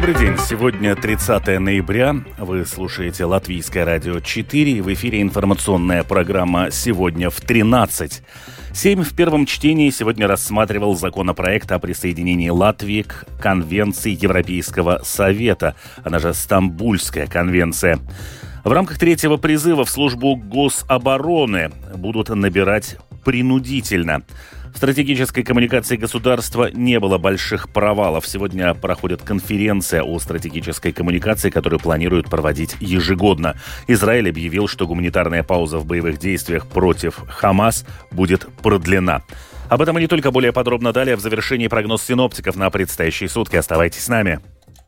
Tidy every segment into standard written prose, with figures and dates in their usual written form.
Добрый день. Сегодня 30 ноября. Вы слушаете Латвийское радио 4. В эфире информационная программа «Сегодня в 13». Сейм в первом чтении сегодня рассматривал законопроект о присоединении Латвии к Конвенции Европейского Совета, она же Стамбульская конвенция. В рамках третьего призыва в службу гособороны будут набирать принудительно. В стратегической коммуникации государства не было больших провалов. Сегодня проходит конференция о стратегической коммуникации, которую планируют проводить ежегодно. Израиль объявил, что гуманитарная пауза в боевых действиях против Хамас будет продлена. Об этом и не только, более подробно далее в завершении прогноз синоптиков на предстоящие сутки. Оставайтесь с нами.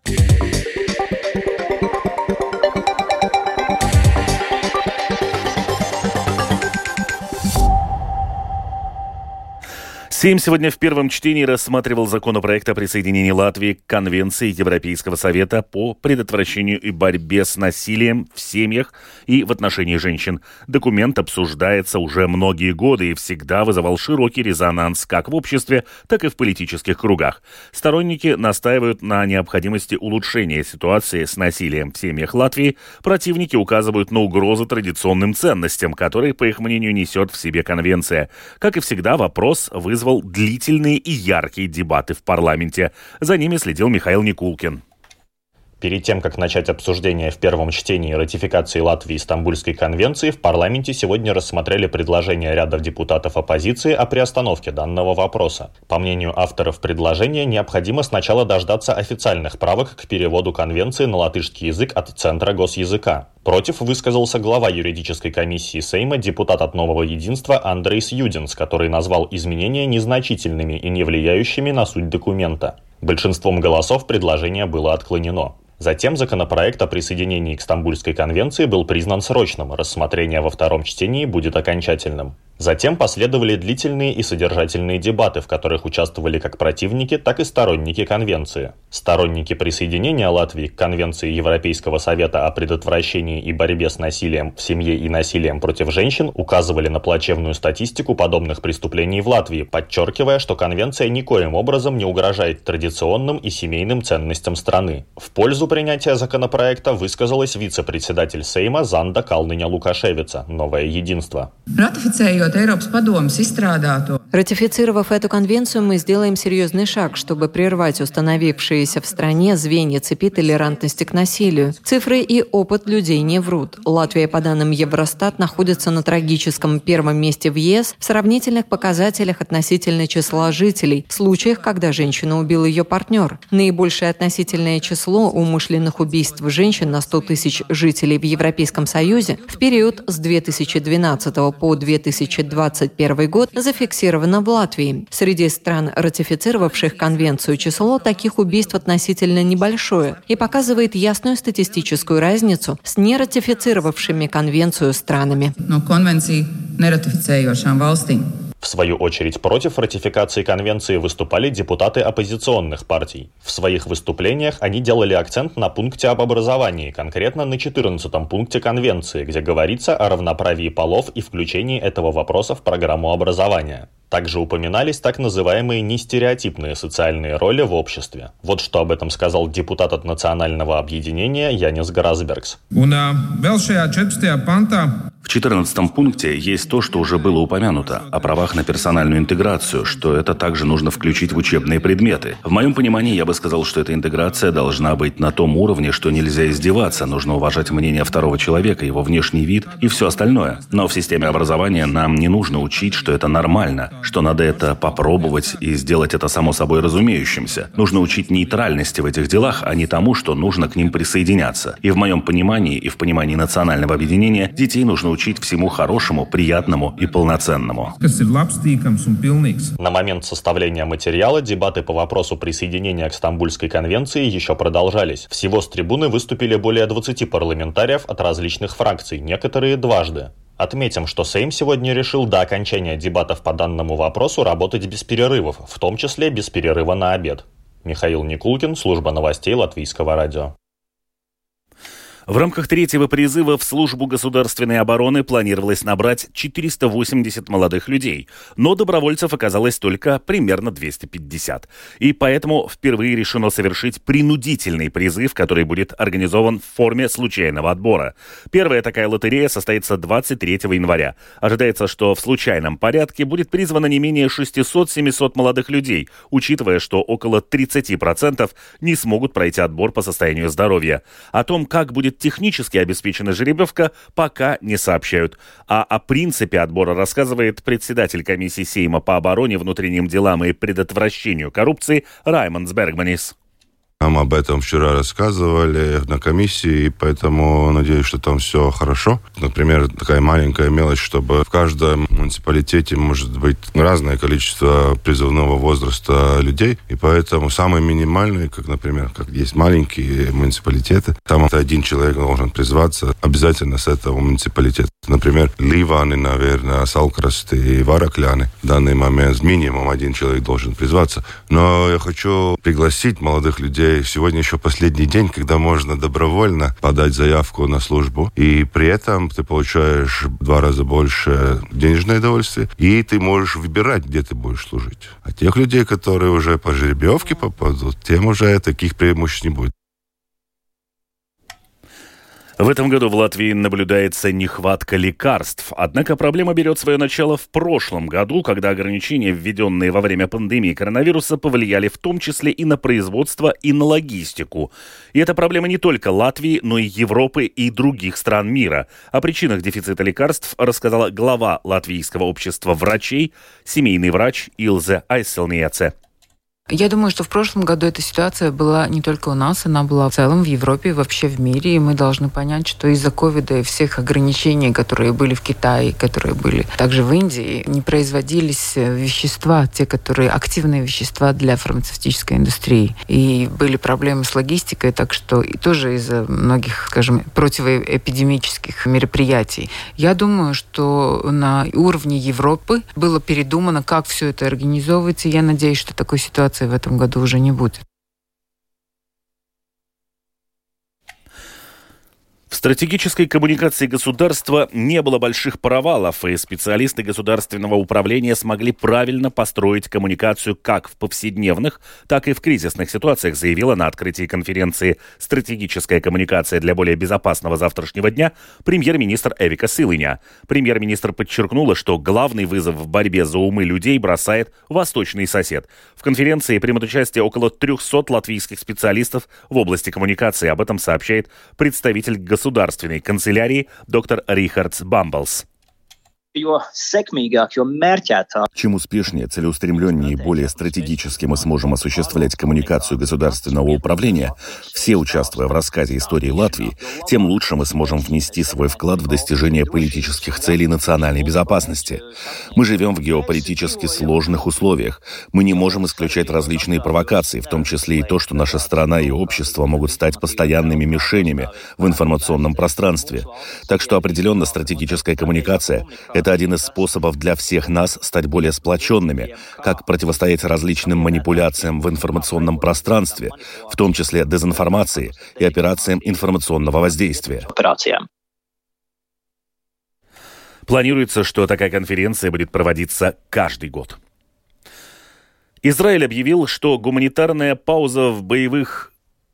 Сейм сегодня в первом чтении рассматривал законопроект о присоединении Латвии к Конвенции Европейского Совета по предотвращению и борьбе с насилием в семьях и в отношении женщин. Документ обсуждается уже многие годы и всегда вызывал широкий резонанс как в обществе, так и в политических кругах. Сторонники настаивают на необходимости улучшения ситуации с насилием в семьях Латвии. Противники указывают на угрозы традиционным ценностям, которые, по их мнению, несет в себе конвенция. Как и всегда, вопрос вызвал длительные и яркие дебаты в парламенте. За ними следил Михаил Никулкин. Перед тем, как начать обсуждение в первом чтении ратификации Латвии Стамбульской конвенции, в парламенте сегодня рассмотрели предложение ряда депутатов оппозиции о приостановке данного вопроса. По мнению авторов предложения, необходимо сначала дождаться официальных правок к переводу конвенции на латышский язык от Центра госязыка. Против высказался глава юридической комиссии Сейма, депутат от Нового единства Андрейс Юдинс, который назвал изменения незначительными и не влияющими на суть документа. Большинством голосов предложение было отклонено. Затем законопроект о присоединении к Стамбульской конвенции был признан срочным, рассмотрение во втором чтении будет окончательным. Затем последовали длительные и содержательные дебаты, в которых участвовали как противники, так и сторонники конвенции. Сторонники присоединения Латвии к Конвенции Европейского Совета о предотвращении и борьбе с насилием в семье и насилием против женщин указывали на плачевную статистику подобных преступлений в Латвии, подчеркивая, что конвенция никоим образом не угрожает традиционным и семейным ценностям страны. В пользу принятия законопроекта высказалась вице-председатель Сейма Занда Калныня Лукашевица, Новое единство. Ратифицировав эту конвенцию, мы сделаем серьезный шаг, чтобы прервать установившиеся в стране звенья цепи толерантности к насилию. Цифры и опыт людей не врут. Латвия, по данным Евростат, находится на трагическом первом месте в ЕС в сравнительных показателях относительно числа жителей, в случаях, когда женщину убил ее партнер. Наибольшее относительное число умышленных убийств женщин на 100 тысяч жителей в Европейском Союзе в период с 2012 по 2021 год зафиксировано в Латвии. Среди стран, ратифицировавших конвенцию, число таких убийств относительно небольшое и показывает ясную статистическую разницу с нератифицировавшими конвенцию странами. В свою очередь, против ратификации конвенции выступали депутаты оппозиционных партий. В своих выступлениях они делали акцент на пункте об образовании, конкретно на 14-м пункте конвенции, где говорится о равноправии полов и включении этого вопроса в программу образования. Также упоминались так называемые нестереотипные социальные роли в обществе. Вот что об этом сказал депутат от Национального объединения Янис Грасбергс. В 14 пункте есть то, что уже было упомянуто, о правах на персональную интеграцию, что это также нужно включить в учебные предметы. В моем понимании, я бы сказал, что эта интеграция должна быть на том уровне, что нельзя издеваться, нужно уважать мнение второго человека, его внешний вид и все остальное. Но в системе образования нам не нужно учить, что это нормально, что надо это попробовать и сделать это само собой разумеющимся. Нужно учить нейтральности в этих делах, а не тому, что нужно к ним присоединяться. И в моем понимании, и в понимании Национального объединения, детей нужно учить всему хорошему, приятному и полноценному. На момент составления материала дебаты по вопросу присоединения к Стамбульской конвенции еще продолжались. Всего с трибуны выступили более 20 парламентариев от различных фракций, некоторые дважды. Отметим, что Сейм сегодня решил до окончания дебатов по данному вопросу работать без перерывов, в том числе без перерыва на обед. Михаил Никулкин, служба новостей Латвийского радио. В рамках третьего призыва в службу государственной обороны планировалось набрать 480 молодых людей, но добровольцев оказалось только примерно 250. И поэтому впервые решено совершить принудительный призыв, который будет организован в форме случайного отбора. Первая такая лотерея состоится 23 января. Ожидается, что в случайном порядке будет призвано не менее 600-700 молодых людей, учитывая, что около 30% не смогут пройти отбор по состоянию здоровья. О том, как будет технически обеспечена жеребьевка, пока не сообщают. А о принципе отбора рассказывает председатель комиссии Сейма по обороне, внутренним делам и предотвращению коррупции Раймондс Бергманис. Нам об этом вчера рассказывали на комиссии, и поэтому надеюсь, что там все хорошо. Например, такая маленькая мелочь, чтобы в каждом муниципалитете может быть разное количество призывного возраста людей, и поэтому самый минимальный, как, например, как есть маленькие муниципалитеты, там один человек должен призваться обязательно с этого муниципалитета. Например, Ливаны, наверное, Салкрасты и Варакляны в данный момент минимум один человек должен призваться. Но я хочу пригласить молодых людей. Сегодня еще последний день, когда можно добровольно подать заявку на службу. И при этом ты получаешь 2 раза больше денежное удовольствие. И ты можешь выбирать, где ты будешь служить. А тех людей, которые уже по жеребьевке попадут, тем уже таких преимуществ не будет. В этом году в Латвии наблюдается нехватка лекарств. Однако проблема берет свое начало в прошлом году, когда ограничения, введенные во время пандемии коронавируса, повлияли в том числе и на производство, и на логистику. И это проблема не только Латвии, но и Европы и других стран мира. О причинах дефицита лекарств рассказала глава Латвийского общества врачей, семейный врач Илзе Айселниеце. Я думаю, что в прошлом году эта ситуация была не только у нас, она была в целом в Европе, вообще в мире. И мы должны понять, что из-за ковида и всех ограничений, которые были в Китае, которые были также в Индии, не производились вещества, те, которые активные вещества для фармацевтической индустрии. И были проблемы с логистикой, так что и тоже из-за многих, скажем, противоэпидемических мероприятий. Я думаю, что на уровне Европы было передумано, как все это организовывается. И я надеюсь, что такой ситуации в этом году уже не будет. В стратегической коммуникации государства не было больших провалов, и специалисты государственного управления смогли правильно построить коммуникацию как в повседневных, так и в кризисных ситуациях, заявила на открытии конференции «Стратегическая коммуникация для более безопасного завтрашнего дня» премьер-министр Эвика Силыня. Премьер-министр подчеркнула, что главный вызов в борьбе за умы людей бросает восточный сосед. В конференции примут участие около 300 латвийских специалистов в области коммуникации. Об этом сообщает представитель государственной канцелярии доктор Рихардс Бамблс. Чем успешнее, целеустремленнее и более стратегически мы сможем осуществлять коммуникацию государственного управления, все участвуя в рассказе истории Латвии, тем лучше мы сможем внести свой вклад в достижение политических целей национальной безопасности. Мы живем в геополитически сложных условиях. Мы не можем исключать различные провокации, в том числе и то, что наша страна и общество могут стать постоянными мишенями в информационном пространстве. Так что определенно стратегическая коммуникация — это один из способов для всех нас стать более сплоченными, как противостоять различным манипуляциям в информационном пространстве, в том числе дезинформации и операциям информационного воздействия. Планируется, что такая конференция будет проводиться каждый год. Израиль объявил, что гуманитарная пауза в боевых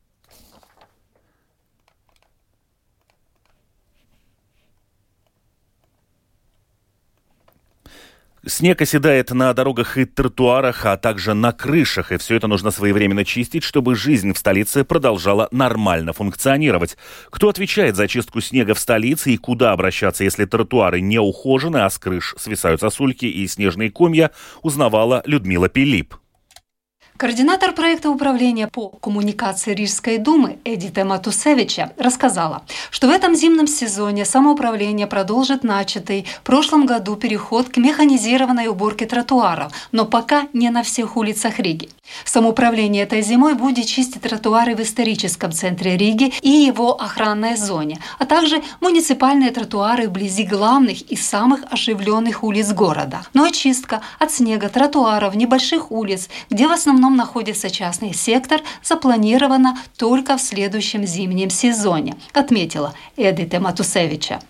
Снег оседает на дорогах и тротуарах, а также на крышах, и все это нужно своевременно чистить, чтобы жизнь в столице продолжала нормально функционировать. Кто отвечает за чистку снега в столице и куда обращаться, если тротуары не ухожены, а с крыш свисают сосульки и снежные комья, узнавала Людмила Пилип. Координатор проекта управления по коммуникации Рижской думы Эдита Матусевича рассказала, что в этом зимнем сезоне самоуправление продолжит начатый в прошлом году переход к механизированной уборке тротуаров, но пока не на всех улицах Риги. Самоуправление этой зимой будет чистить тротуары в историческом центре Риги и его охранной зоне, а также муниципальные тротуары вблизи главных и самых оживленных улиц города. Но очистка от снега тротуаров небольших улиц, где в основном основном находится частный сектор, запланировано только в следующем зимнем сезоне, отметила Эдита Матусевича.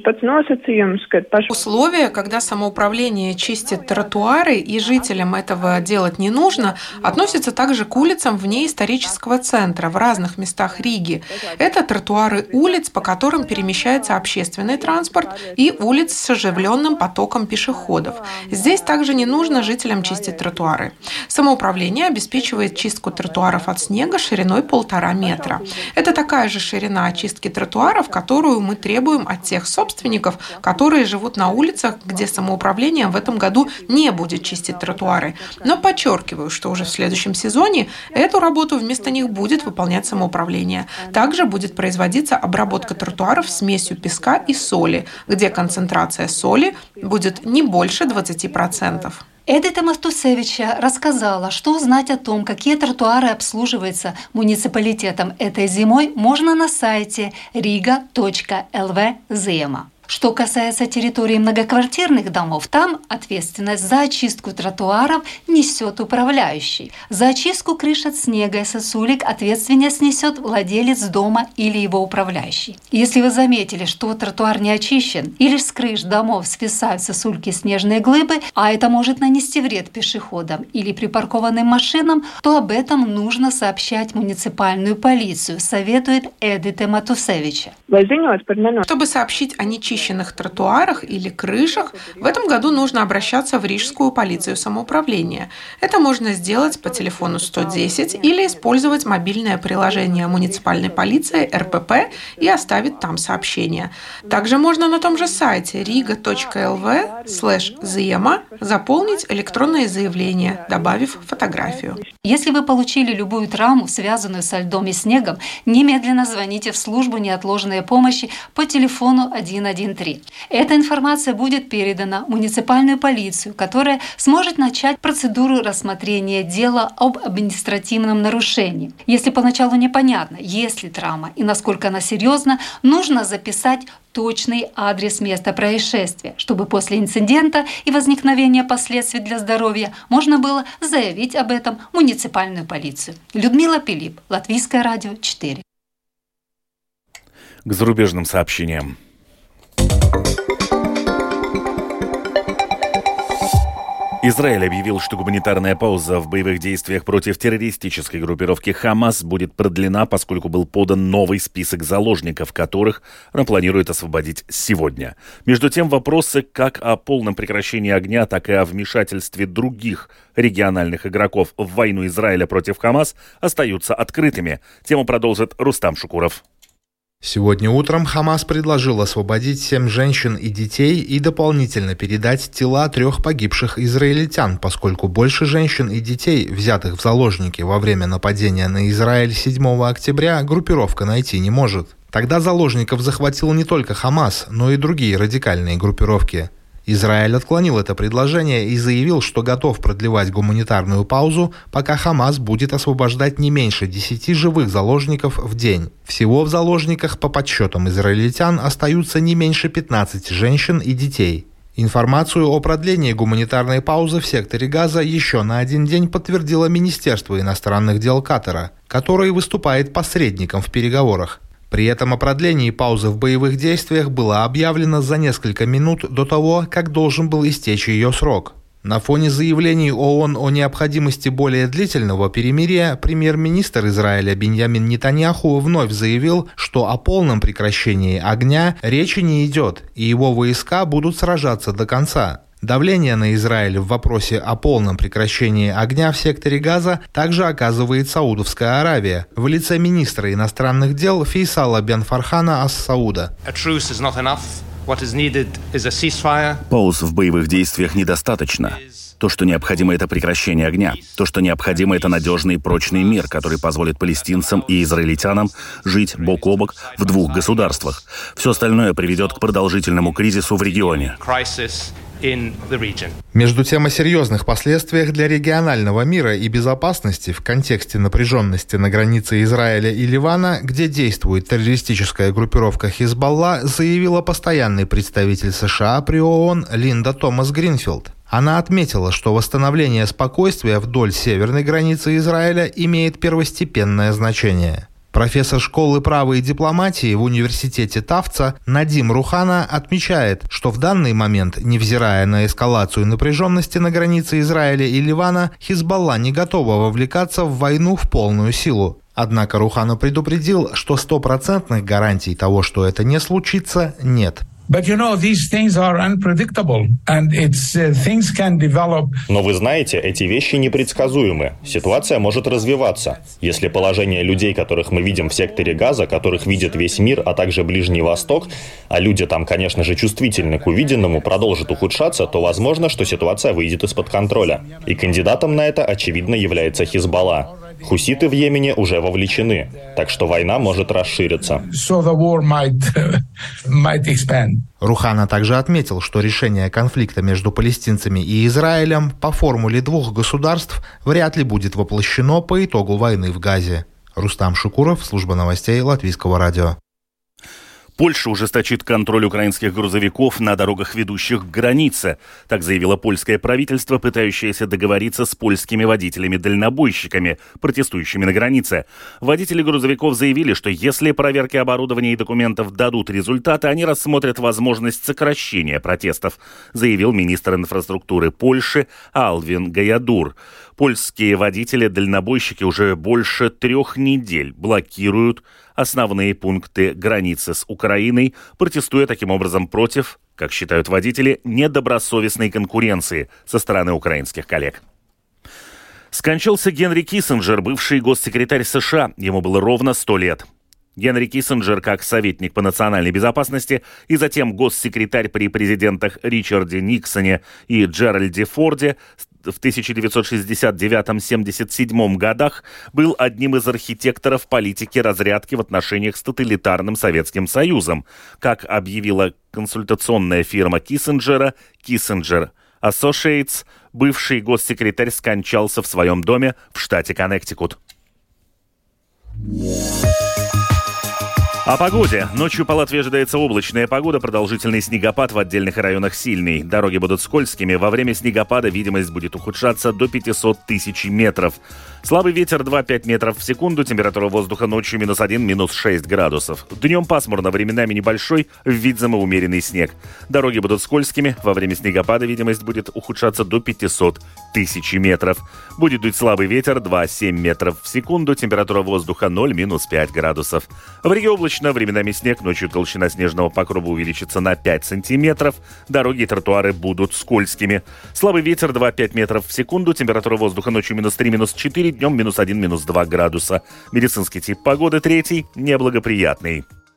Условия, когда самоуправление чистит тротуары и жителям этого делать не нужно, относятся также к улицам вне исторического центра в разных местах Риги. Это тротуары улиц, по которым перемещается общественный транспорт, и улиц с оживленным потоком пешеходов. Здесь также не нужно жителям чистить тротуары. Самоуправление обеспечивает чистку тротуаров от снега шириной 1,5 метра. Это такая же ширина очистки тротуаров, которую мы требуем от тех собственников, которые живут на улицах, где самоуправление в этом году не будет чистить тротуары. Но подчеркиваю, что уже в следующем сезоне эту работу вместо них будет выполнять самоуправление. Также будет производиться обработка тротуаров смесью песка и соли, где концентрация соли будет не больше 20%. Эдита Матусевича рассказала, что узнать о том, какие тротуары обслуживаются муниципалитетом этой зимой, можно на сайте riga.lv/zima. Что касается территории многоквартирных домов, там ответственность за очистку тротуаров несет управляющий. За очистку крыш от снега и сосулек ответственность несет владелец дома или его управляющий. Если вы заметили, что тротуар не очищен или с крыш домов свисают сосульки снежные глыбы, а это может нанести вред пешеходам или припаркованным машинам, то об этом нужно сообщать в муниципальную полицию, советует Эдита Матусевича. Чтобы сообщить о нечищенных тротуарах или крышах, в этом году нужно обращаться в Рижскую полицию самоуправления. Это можно сделать по телефону 110 или использовать мобильное приложение муниципальной полиции РПП и оставить там сообщение. Также можно на том же сайте riga.lv/zima заполнить электронное заявление, добавив фотографию. Если вы получили любую травму, связанную со льдом и снегом, немедленно звоните в службу неотложной помощи по телефону 113. Эта информация будет передана в муниципальную полицию, которая сможет начать процедуру рассмотрения дела об административном нарушении. Если поначалу непонятно, есть ли травма и насколько она серьезна, нужно записать точный адрес места происшествия, чтобы после инцидента и возникновения последствий для здоровья можно было заявить об этом в муниципальную полицию. Людмила Пилип, Латвийское радио 4. К зарубежным сообщениям. Израиль объявил, что гуманитарная пауза в боевых действиях против террористической группировки «Хамас» будет продлена, поскольку был подан новый список заложников, которых он планирует освободить сегодня. Между тем, вопросы как о полном прекращении огня, так и о вмешательстве других региональных игроков в войну Израиля против «Хамас» остаются открытыми. Тему продолжит Рустам Шукуров. Сегодня утром Хамас предложил освободить 7 женщин и детей и дополнительно передать тела 3 погибших израильтян, поскольку больше женщин и детей, взятых в заложники во время нападения на Израиль 7 октября, группировка найти не может. Тогда заложников захватил не только Хамас, но и другие радикальные группировки. Израиль отклонил это предложение и заявил, что готов продлевать гуманитарную паузу, пока Хамас будет освобождать не меньше 10 живых заложников в день. Всего в заложниках, по подсчетам израильтян, остаются не меньше 15 женщин и детей. Информацию о продлении гуманитарной паузы в секторе Газа еще на 1 день подтвердило Министерство иностранных дел Катара, которое выступает посредником в переговорах. При этом о продлении паузы в боевых действиях было объявлено за несколько минут до того, как должен был истечь ее срок. На фоне заявлений ООН о необходимости более длительного перемирия, премьер-министр Израиля Биньямин Нетаньяху вновь заявил, что о полном прекращении огня речи не идет, и его войска будут сражаться до конца. Давление на Израиль в вопросе о полном прекращении огня в секторе Газа также оказывает Саудовская Аравия в лице министра иностранных дел Фейсала бен Фархана ас-Сауда. Пауз в боевых действиях недостаточно. То, что необходимо, это прекращение огня. То, что необходимо, это надежный и прочный мир, который позволит палестинцам и израильтянам жить бок о бок в 2 государствах. Все остальное приведет к продолжительному кризису в регионе. Между тем, о серьезных последствиях для регионального мира и безопасности в контексте напряженности на границе Израиля и Ливана, где действует террористическая группировка Хизбалла, заявила постоянный представитель США при ООН Линда Томас Гринфилд. Она отметила, что восстановление спокойствия вдоль северной границы Израиля имеет первостепенное значение. Профессор школы права и дипломатии в университете Тавца Надим Рухана отмечает, что в данный момент, невзирая на эскалацию напряженности на границе Израиля и Ливана, Хизбалла не готова вовлекаться в войну в полную силу. Однако Рухана предупредил, что стопроцентных гарантий того, что это не случится, нет. Но вы знаете, эти вещи непредсказуемы. Ситуация может развиваться. Если положение людей, которых мы видим в секторе Газа, которых видит весь мир, а также Ближний Восток, а люди там, конечно же, чувствительны к увиденному, продолжит ухудшаться, то возможно, что ситуация выйдет из-под контроля. И кандидатом на это, очевидно, является Хизбалла. Хуситы в Йемене уже вовлечены, так что война может расшириться. Рухана также отметил, что решение конфликта между палестинцами и Израилем по формуле двух государств вряд ли будет воплощено по итогу войны в Газе. Рустам Шукуров, служба новостей Латвийского радио. Польша ужесточит контроль украинских грузовиков на дорогах, ведущих к границе. Так заявило польское правительство, пытающееся договориться с польскими водителями-дальнобойщиками, протестующими на границе. Водители грузовиков заявили, что если проверки оборудования и документов дадут результаты, они рассмотрят возможность сокращения протестов, заявил министр инфраструктуры Польши Алвин Гаядур. Польские водители-дальнобойщики уже больше 3 недель блокируют основные пункты границы с Украиной, протестуя таким образом против, как считают водители, недобросовестной конкуренции со стороны украинских коллег. Скончался Генри Киссинджер, бывший госсекретарь США. Ему было ровно 100 лет. Генри Киссинджер, как советник по национальной безопасности и затем госсекретарь при президентах Ричарде Никсоне и Джеральде Форде, в 1969-77 годах был одним из архитекторов политики разрядки в отношениях с тоталитарным Советским Союзом. Как объявила консультационная фирма Киссинджера Kissinger Associates, бывший госсекретарь скончался в своем доме в штате Коннектикут. О погоде. Ночью по Латвии ожидается облачная погода, продолжительный снегопад в отдельных районах сильный. Дороги будут скользкими. Во время снегопада видимость будет ухудшаться до 500 тысяч метров. Слабый ветер 2-5 метров в секунду. Температура воздуха ночью -1, -6 градусов. Днем пасмурно, временами небольшой, в Видземе умеренный снег. Дороги будут скользкими. Во время снегопада видимость будет ухудшаться до 500 тысяч метров. Будет дуть слабый ветер 2-7 метров в секунду. Температура воздуха 0, -5 градусов. В Риге облачно. Временами снег, ночью толщина снежного покрова увеличится на 5 сантиметров. Дороги и тротуары будут скользкими. Слабый ветер 2-5 метров в секунду. Температура воздуха ночью -3, -4, днем -1, -2 градуса. Медицинский тип погоды 3, неблагоприятный.